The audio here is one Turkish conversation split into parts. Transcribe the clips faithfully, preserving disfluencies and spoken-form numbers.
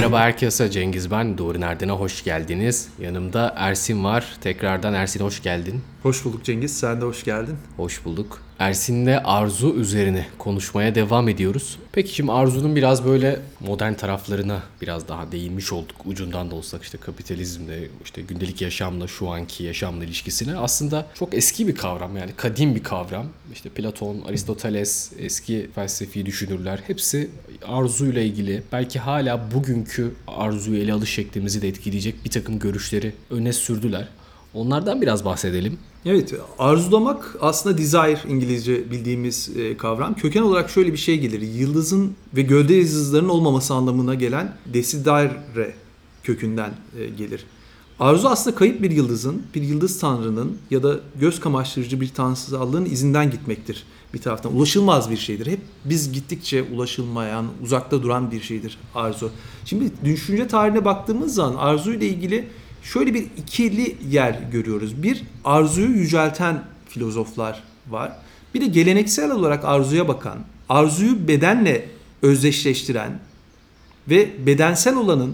Merhaba herkese, Cengiz ben. Doğru Nerden'e hoş geldiniz. Yanımda Ersin var. Tekrardan Ersin, hoş geldin. Hoş bulduk Cengiz, sen de hoş geldin. Hoş bulduk. Ersin'le arzu üzerine konuşmaya devam ediyoruz. Peki şimdi arzunun biraz böyle modern taraflarına biraz daha değinmiş olduk. Ucundan da olsak işte kapitalizmle, işte gündelik yaşamla, şu anki yaşamla ilişkisine. Aslında çok eski bir kavram, yani kadim bir kavram. İşte Platon, Aristoteles, eski felsefi düşünürler hepsi arzuyla ilgili, belki hala bugünkü arzuyu ele alış şeklimizi de etkileyecek bir takım görüşleri öne sürdüler. Onlardan biraz bahsedelim. Evet, arzulamak aslında desire, İngilizce bildiğimiz e, kavram. Köken olarak şöyle bir şey gelir. Yıldızın ve gölde yıldızların olmaması anlamına gelen desidere kökünden e, gelir. Arzu aslında kayıp bir yıldızın, bir yıldız tanrının ya da göz kamaştırıcı bir tanrısallığın izinden gitmektir bir taraftan. Ulaşılmaz bir şeydir. Hep biz gittikçe ulaşılmayan, uzakta duran bir şeydir arzu. Şimdi düşünce tarihine baktığımız zaman arzu ile ilgili şöyle bir ikili yer görüyoruz. Bir, arzuyu yücelten filozoflar var. Bir de geleneksel olarak arzuya bakan, arzuyu bedenle özdeşleştiren ve bedensel olanın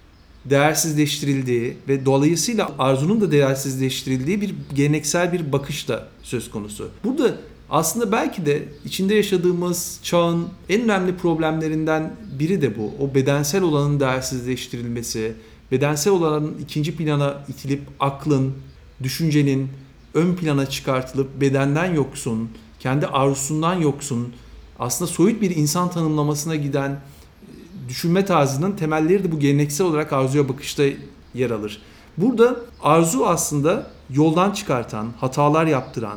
değersizleştirildiği ve dolayısıyla arzunun da değersizleştirildiği bir geleneksel bir bakış da söz konusu. Burada aslında belki de içinde yaşadığımız çağın en önemli problemlerinden biri de bu. O bedensel olanın değersizleştirilmesi, bedensel olanın ikinci plana itilip aklın, düşüncenin ön plana çıkartılıp bedenden yoksun, kendi arzusundan yoksun, aslında soyut bir insan tanımlamasına giden düşünme tarzının temelleri de bu geleneksel olarak arzuya bakışta yer alır. Burada arzu aslında yoldan çıkartan, hatalar yaptıran,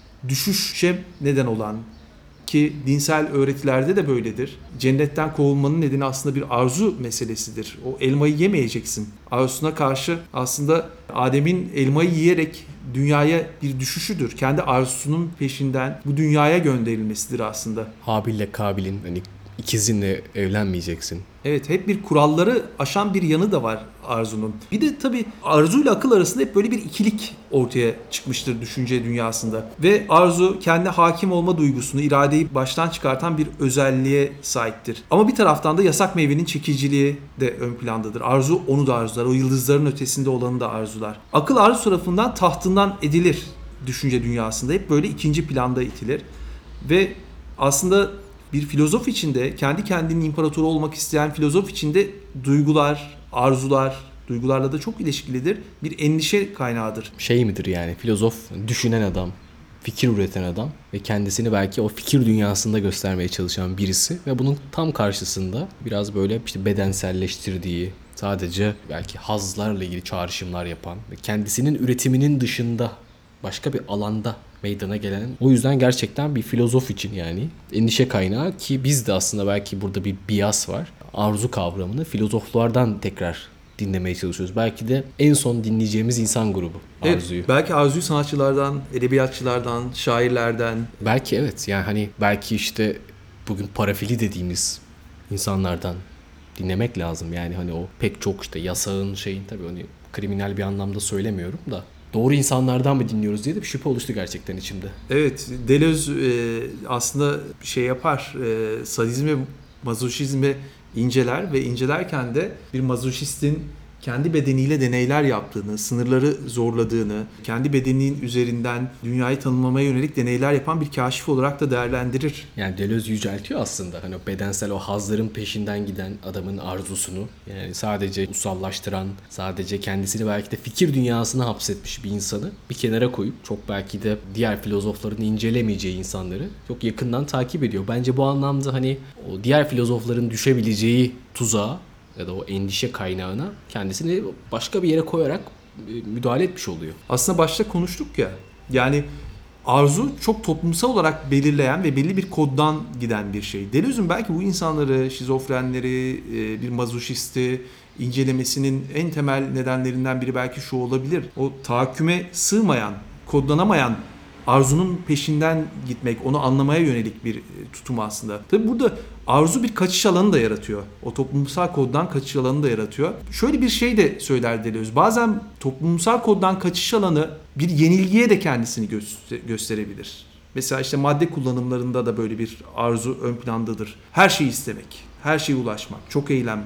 düşüşe neden olan, ki dinsel öğretilerde de böyledir. Cennetten kovulmanın nedeni aslında bir arzu meselesidir. O elmayı yemeyeceksin. Arzusuna karşı aslında Adem'in elmayı yiyerek dünyaya bir düşüşüdür. Kendi arzusunun peşinden bu dünyaya gönderilmesidir aslında. Habil'le Kabil'in hani ikizinle evlenmeyeceksin. Evet, hep bir kuralları aşan bir yanı da var arzunun. Bir de tabii arzuyla akıl arasında hep böyle bir ikilik ortaya çıkmıştır düşünce dünyasında. Ve arzu kendi hakim olma duygusunu, iradeyi baştan çıkartan bir özelliğe sahiptir. Ama bir taraftan da yasak meyvenin çekiciliği de ön plandadır. Arzu onu da arzular, o yıldızların ötesinde olanı da arzular. Akıl arzu tarafından tahtından edilir düşünce dünyasında. Hep böyle ikinci planda itilir. Ve aslında bir filozof içinde, kendi kendinin imparatoru olmak isteyen filozof içinde duygular, arzular, duygularla da çok ilişkilidir. Bir endişe kaynağıdır. Şey midir yani, filozof düşünen adam, fikir üreten adam ve kendisini belki o fikir dünyasında göstermeye çalışan birisi ve bunun tam karşısında biraz böyle işte bedenselleştirdiği, sadece belki hazlarla ilgili çağrışımlar yapan ve kendisinin üretiminin dışında başka bir alanda meydana gelen, o yüzden gerçekten bir filozof için yani endişe kaynağı, ki biz de aslında belki burada bir bias var. Arzu kavramını filozoflardan tekrar dinlemeye çalışıyoruz. Belki de en son dinleyeceğimiz insan grubu arzuyu. Evet, belki arzuyu sanatçılardan, edebiyatçılardan, şairlerden. Belki evet, yani hani belki işte bugün parafili dediğimiz insanlardan dinlemek lazım. Yani hani o pek çok işte yasağın şeyin, tabii hani kriminal bir anlamda söylemiyorum da, doğru insanlardan mı dinliyoruz diye de bir şüphe oluştu gerçekten içimde. Evet, Deleuze e, aslında şey yapar, e, sadizmi, mazoşizmi inceler ve incelerken de bir mazoşistin kendi bedeniyle deneyler yaptığını, sınırları zorladığını, kendi bedeninin üzerinden dünyayı tanımlamaya yönelik deneyler yapan bir kaşif olarak da değerlendirir. Yani Deleuze yüceltiyor aslında. Hani o bedensel, o hazların peşinden giden adamın arzusunu, yani sadece usallaştıran, sadece kendisini belki de fikir dünyasına hapsetmiş bir insanı bir kenara koyup çok belki de diğer filozofların incelemeyeceği insanları çok yakından takip ediyor. Bence bu anlamda hani o diğer filozofların düşebileceği tuzağa ya da o endişe kaynağına kendisini başka bir yere koyarak müdahale etmiş oluyor. Aslında başta konuştuk ya, yani arzu çok toplumsal olarak belirleyen ve belli bir koddan giden bir şey. Deleuze'ün belki bu insanları, şizofrenleri, bir mazoşisti incelemesinin en temel nedenlerinden biri belki şu olabilir. O tahakküme sığmayan, kodlanamayan arzunun peşinden gitmek, onu anlamaya yönelik bir tutum aslında. Tabii burada arzu bir kaçış alanı da yaratıyor. O toplumsal koddan kaçış alanı da yaratıyor. Şöyle bir şey de söyler Deleuze. Bazen toplumsal koddan kaçış alanı bir yenilgiye de kendisini gö- gösterebilir. Mesela işte madde kullanımlarında da böyle bir arzu ön plandadır. Her şeyi istemek, her şeye ulaşmak, çok eğlenmek.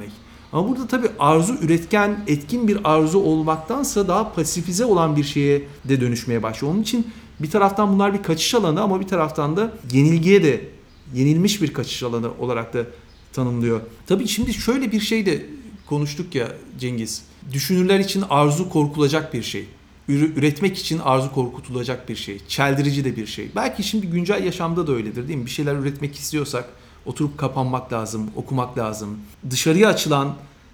Ama burada tabii arzu üretken, etkin bir arzu olmaktansa daha pasifize olan bir şeye de dönüşmeye başlıyor. Onun için bir taraftan bunlar bir kaçış alanı ama bir taraftan da yenilgiye de, yenilmiş bir kaçış alanı olarak da tanımlıyor. Tabii şimdi şöyle bir şey de konuştuk ya Cengiz. Düşünürler için arzu korkulacak bir şey. Üretmek için arzu korkutulacak bir şey. Çeldirici de bir şey. Belki şimdi güncel yaşamda da öyledir değil mi? Bir şeyler üretmek istiyorsak oturup kapanmak lazım, okumak lazım. Dışarıya açılan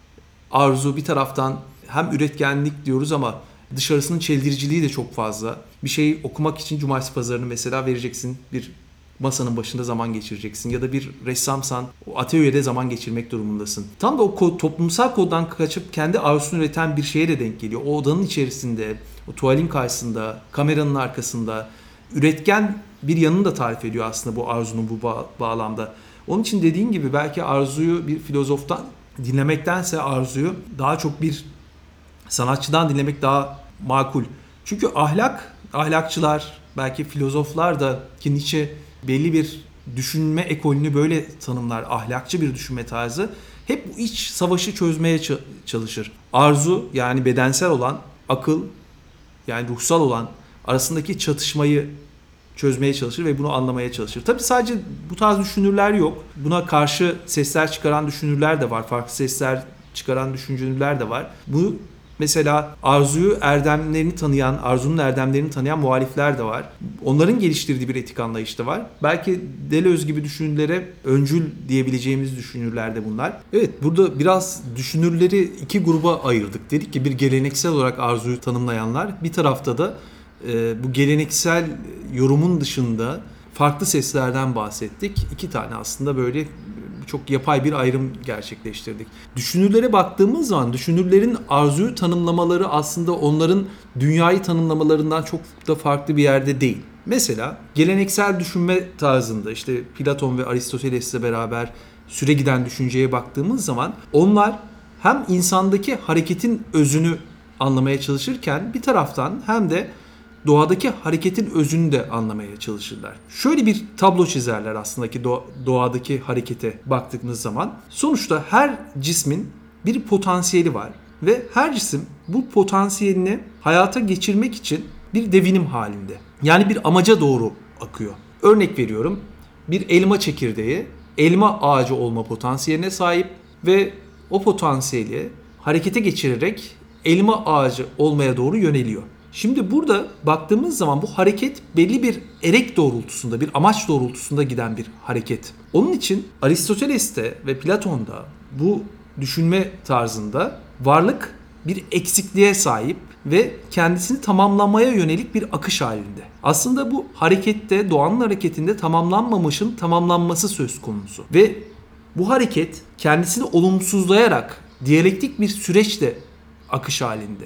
arzu bir taraftan hem üretkenlik diyoruz ama dışarısının çeldiriciliği de çok fazla. Bir şeyi okumak için cumartesi pazarını mesela vereceksin. Bir masanın başında zaman geçireceksin ya da bir ressamsan o atölyede zaman geçirmek durumundasın. Tam da o kod, toplumsal koddan kaçıp kendi arzusunu üreten bir şeye de denk geliyor. O odanın içerisinde, o tuvalin karşısında, kameranın arkasında üretken bir yanını da tarif ediyor aslında bu arzunun bu bağ- bağlamda. Onun için dediğin gibi belki arzuyu bir filozoftan dinlemektense arzuyu daha çok bir sanatçıdan dinlemek daha makul. Çünkü ahlak, ahlakçılar, belki filozoflar da ki Nietzsche belli bir düşünme ekolünü böyle tanımlar. Ahlakçı bir düşünme tarzı. Hep bu iç savaşı çözmeye çalışır. Arzu yani bedensel olan, akıl yani ruhsal olan arasındaki çatışmayı çözmeye çalışır ve bunu anlamaya çalışır. Tabii sadece bu tarz düşünürler yok. Buna karşı sesler çıkaran düşünürler de var. Farklı sesler çıkaran düşünürler de var. Bu mesela arzuyu erdemlerini tanıyan, arzunun erdemlerini tanıyan muhalifler de var. Onların geliştirdiği bir etik anlayış da var. Belki Deleuze gibi düşünürlere öncül diyebileceğimiz düşünürler de bunlar. Evet, burada biraz düşünürleri iki gruba ayırdık. Dedik ki bir geleneksel olarak arzuyu tanımlayanlar, bir tarafta da e, bu geleneksel yorumun dışında farklı seslerden bahsettik. İki tane aslında böyle çok yapay bir ayrım gerçekleştirdik. Düşünürlere baktığımız zaman düşünürlerin arzuyu tanımlamaları aslında onların dünyayı tanımlamalarından çok da farklı bir yerde değil. Mesela geleneksel düşünme tarzında işte Platon ve Aristoteles'le beraber süre giden düşünceye baktığımız zaman onlar hem insandaki hareketin özünü anlamaya çalışırken bir taraftan hem de doğadaki hareketin özünü de anlamaya çalışırlar. Şöyle bir tablo çizerler aslında ki doğadaki harekete baktığımız zaman. Sonuçta her cismin bir potansiyeli var ve her cisim bu potansiyelini hayata geçirmek için bir devinim halinde. Yani bir amaca doğru akıyor. Örnek veriyorum, bir elma çekirdeği elma ağacı olma potansiyeline sahip ve o potansiyeli harekete geçirerek elma ağacı olmaya doğru yöneliyor. Şimdi burada baktığımız zaman bu hareket belli bir erek doğrultusunda, bir amaç doğrultusunda giden bir hareket. Onun için Aristoteles'te ve Platon'da bu düşünme tarzında varlık bir eksikliğe sahip ve kendisini tamamlamaya yönelik bir akış halinde. Aslında bu harekette, doğanın hareketinde tamamlanmamışın tamamlanması söz konusu. Ve bu hareket kendisini olumsuzlayarak diyalektik bir süreçle akış halinde.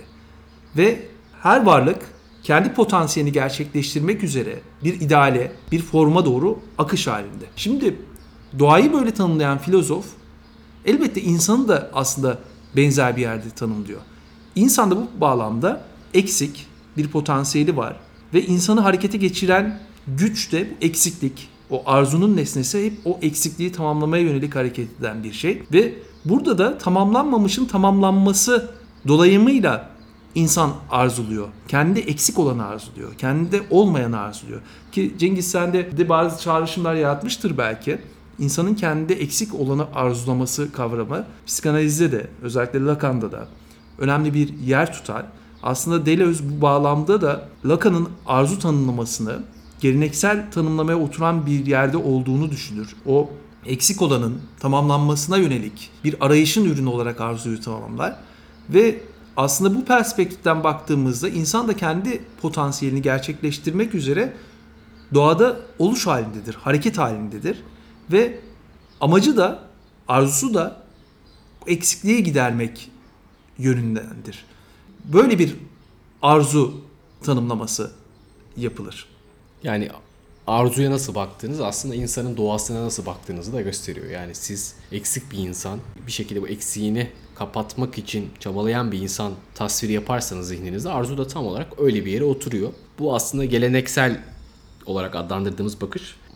Ve her varlık kendi potansiyelini gerçekleştirmek üzere bir ideale, bir forma doğru akış halinde. Şimdi doğayı böyle tanımlayan filozof elbette insanı da aslında benzer bir yerde tanımlıyor. İnsan da bu bağlamda eksik bir potansiyeli var ve insanı harekete geçiren güç de bu eksiklik, o arzunun nesnesi hep o eksikliği tamamlamaya yönelik hareket eden bir şey ve burada da tamamlanmamışın tamamlanması dolayımıyla İnsan arzuluyor. Kendi eksik olanı arzuluyor. Kendi olmayanı arzuluyor. Ki Cengiz sende de bazı çağrışımlar yaratmıştır belki. İnsanın kendi eksik olanı arzulaması kavramı psikanalizde de özellikle Lacan'da da önemli bir yer tutar. Aslında Deleuze bu bağlamda da Lacan'ın arzu tanımlamasını geleneksel tanımlamaya oturan bir yerde olduğunu düşünür. O eksik olanın tamamlanmasına yönelik bir arayışın ürünü olarak arzuyu tamamlar ve aslında bu perspektiften baktığımızda insan da kendi potansiyelini gerçekleştirmek üzere doğada oluş halindedir, hareket halindedir ve amacı da, arzusu da eksikliği gidermek yönündendir. Böyle bir arzu tanımlaması yapılır. Yani arzuya nasıl baktığınız aslında insanın doğasına nasıl baktığınızı da gösteriyor. Yani siz eksik bir insan, bir şekilde bu eksiğini kapatmak için çabalayan bir insan tasviri yaparsanız zihninizde arzu da tam olarak öyle bir yere oturuyor. Bu aslında geleneksel olarak adlandırdığımız bakış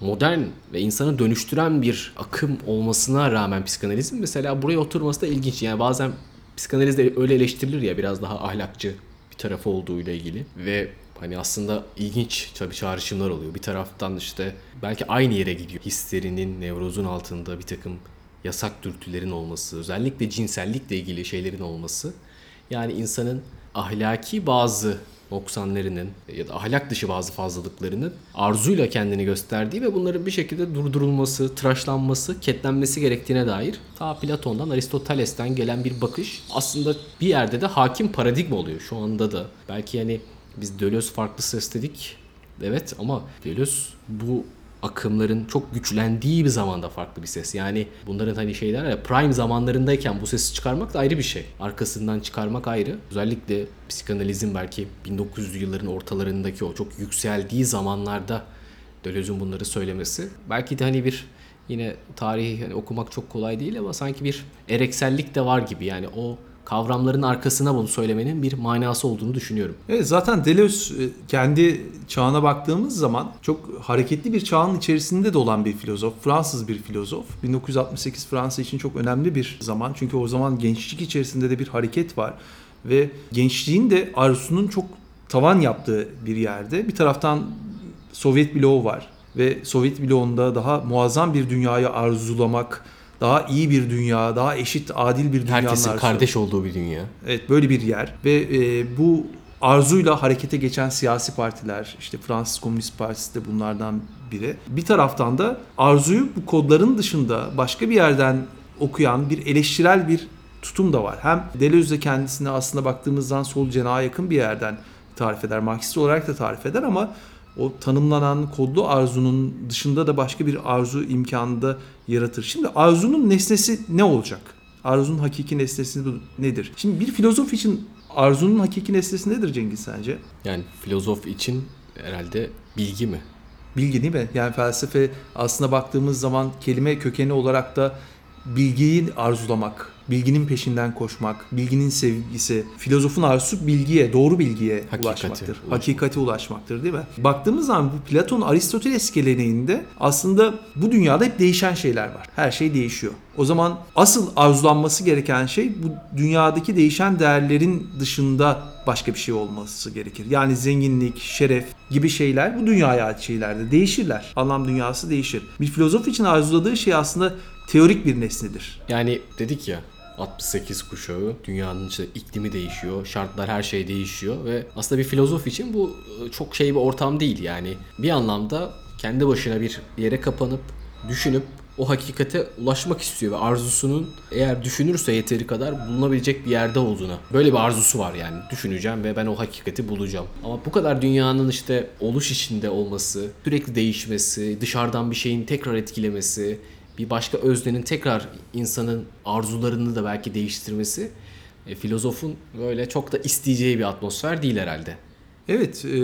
modern ve insanı dönüştüren bir akım olmasına rağmen psikanalizm mesela buraya oturması da ilginç. Yani bazen psikanaliz de öyle eleştirilir ya, biraz daha ahlakçı bir tarafı olduğuyla ilgili ve hani aslında ilginç tabii çağrışımlar oluyor. Bir taraftan işte belki aynı yere gidiyor. Hislerinin, nevrozun altında bir takım yasak dürtülerin olması, özellikle cinsellikle ilgili şeylerin olması. Yani insanın ahlaki bazı noksanlarının ya da ahlak dışı bazı fazlalıklarının arzuyla kendini gösterdiği ve bunların bir şekilde durdurulması, tıraşlanması, ketlenmesi gerektiğine dair ta Platon'dan, Aristoteles'ten gelen bir bakış aslında bir yerde de hakim paradigma oluyor şu anda da. Belki yani biz Deleuze farklı ses dedik, evet, ama Deleuze bu akımların çok güçlendiği bir zamanda farklı bir ses. Yani bunların hani şeyler ya, prime zamanlarındayken bu sesi çıkarmak da ayrı bir şey. Arkasından çıkarmak ayrı. Özellikle psikanalizin belki bin dokuz yüzlü yılların ortalarındaki o çok yükseldiği zamanlarda Deleuze'ün bunları söylemesi. Belki de hani bir yine tarihi hani okumak çok kolay değil ama sanki bir ereksellik de var gibi. Yani o kavramların arkasına bunu söylemenin bir manası olduğunu düşünüyorum. Evet, zaten Deleuze kendi çağına baktığımız zaman çok hareketli bir çağın içerisinde de olan bir filozof. Fransız bir filozof. bin dokuz yüz altmış sekiz Fransa için çok önemli bir zaman. Çünkü o zaman gençlik içerisinde de bir hareket var. Ve gençliğin de arzusunun çok tavan yaptığı bir yerde. Bir taraftan Sovyet bloğu var. Ve Sovyet bloğunda daha muazzam bir dünyayı arzulamak, daha iyi bir dünya, daha eşit, adil bir dünyanın herkesin arzusu. kardeş olduğu bir dünya. Evet, böyle bir yer ve e, bu arzuyla harekete geçen siyasi partiler, işte Fransız Komünist Partisi de bunlardan biri. Bir taraftan da arzuyu bu kodların dışında başka bir yerden okuyan bir eleştirel bir tutum da var. Hem Deleuze de kendisine aslında baktığımızdan sol cenaha yakın bir yerden tarif eder, Marksist olarak da tarif eder ama o tanımlanan kodlu arzunun dışında da başka bir arzu imkanı da yaratır. Şimdi arzunun nesnesi ne olacak? Arzunun hakiki nesnesi nedir? Şimdi bir filozof için arzunun hakiki nesnesi nedir Cengiz sence? Yani filozof için herhalde bilgi mi? Bilgi değil mi? Yani felsefe aslına baktığımız zaman kelime kökeni olarak da bilgiyi arzulamak, bilginin peşinden koşmak, bilginin sevgisi. Filozofun arzusu bilgiye, doğru bilgiye Hakikati ulaşmaktır. ulaşmak. Hakikate ulaşmaktır değil mi? Baktığımız zaman bu Platon Aristoteles geleneğinde aslında bu dünyada hep değişen şeyler var. Her şey değişiyor. O zaman asıl arzulanması gereken şey bu dünyadaki değişen değerlerin dışında başka bir şey olması gerekir. Yani zenginlik, şeref gibi şeyler bu dünyaya ait şeylerde değişirler. Anlam dünyası değişir. Bir filozof için arzuladığı şey aslında teorik bir nesnedir. Yani dedik ya, altmış sekiz kuşağı, dünyanın işte iklimi değişiyor, şartlar, her şey değişiyor ve aslında bir filozof için bu çok şey bir ortam değil. Yani bir anlamda kendi başına bir yere kapanıp düşünüp o hakikate ulaşmak istiyor ve arzusunun eğer düşünürse yeteri kadar bulunabilecek bir yerde olduğuna. Böyle bir arzusu var yani. Düşüneceğim ve ben o hakikati bulacağım. Ama bu kadar dünyanın işte oluş içinde olması, sürekli değişmesi, dışarıdan bir şeyin tekrar etkilemesi, bir başka öznenin tekrar insanın arzularını da belki değiştirmesi e, filozofun böyle çok da isteyeceği bir atmosfer değil herhalde. Evet, e,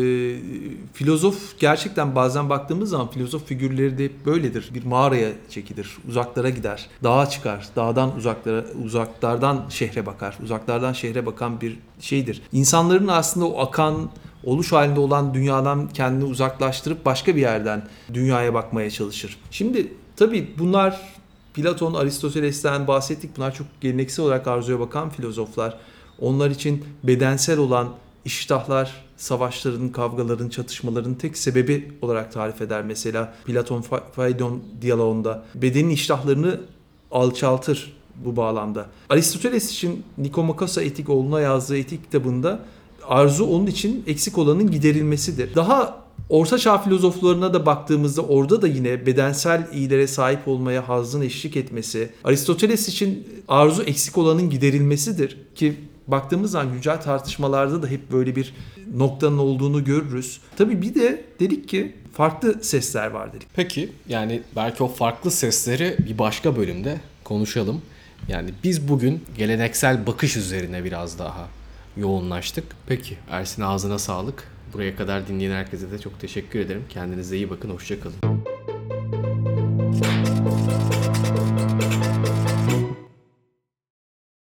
filozof gerçekten bazen baktığımız zaman filozof figürleri de hep böyledir. Bir mağaraya çekilir, uzaklara gider, dağa çıkar, dağdan uzaklara, uzaklardan şehre bakar, uzaklardan şehre bakan bir şeydir. İnsanların aslında o akan, oluş halinde olan dünyadan kendini uzaklaştırıp başka bir yerden dünyaya bakmaya çalışır. Şimdi tabii bunlar Platon, Aristoteles'ten bahsettik. Bunlar çok geleneksel olarak arzuya bakan filozoflar. Onlar için bedensel olan iştahlar, savaşların, kavgaların, çatışmaların tek sebebi olarak tarif eder. Mesela Platon Phaidon diyaloğunda bedenin iştahlarını alçaltır bu bağlamda. Aristoteles için Nikomakos'a Etik oğluna yazdığı etik kitabında arzu onun için eksik olanın giderilmesidir. Daha Orta Çağ filozoflarına da baktığımızda orada da yine bedensel iyilere sahip olmaya hazzın eşlik etmesi. Aristoteles için arzu eksik olanın giderilmesidir ki baktığımız zaman güncel tartışmalarda da hep böyle bir noktanın olduğunu görürüz. Tabii bir de dedik ki farklı sesler var dedik. Peki yani belki o farklı sesleri bir başka bölümde konuşalım. Yani biz bugün geleneksel bakış üzerine biraz daha yoğunlaştık. Peki Ersin, ağzına sağlık. Buraya kadar dinleyen herkese de çok teşekkür ederim. Kendinize iyi bakın. Hoşça kalın.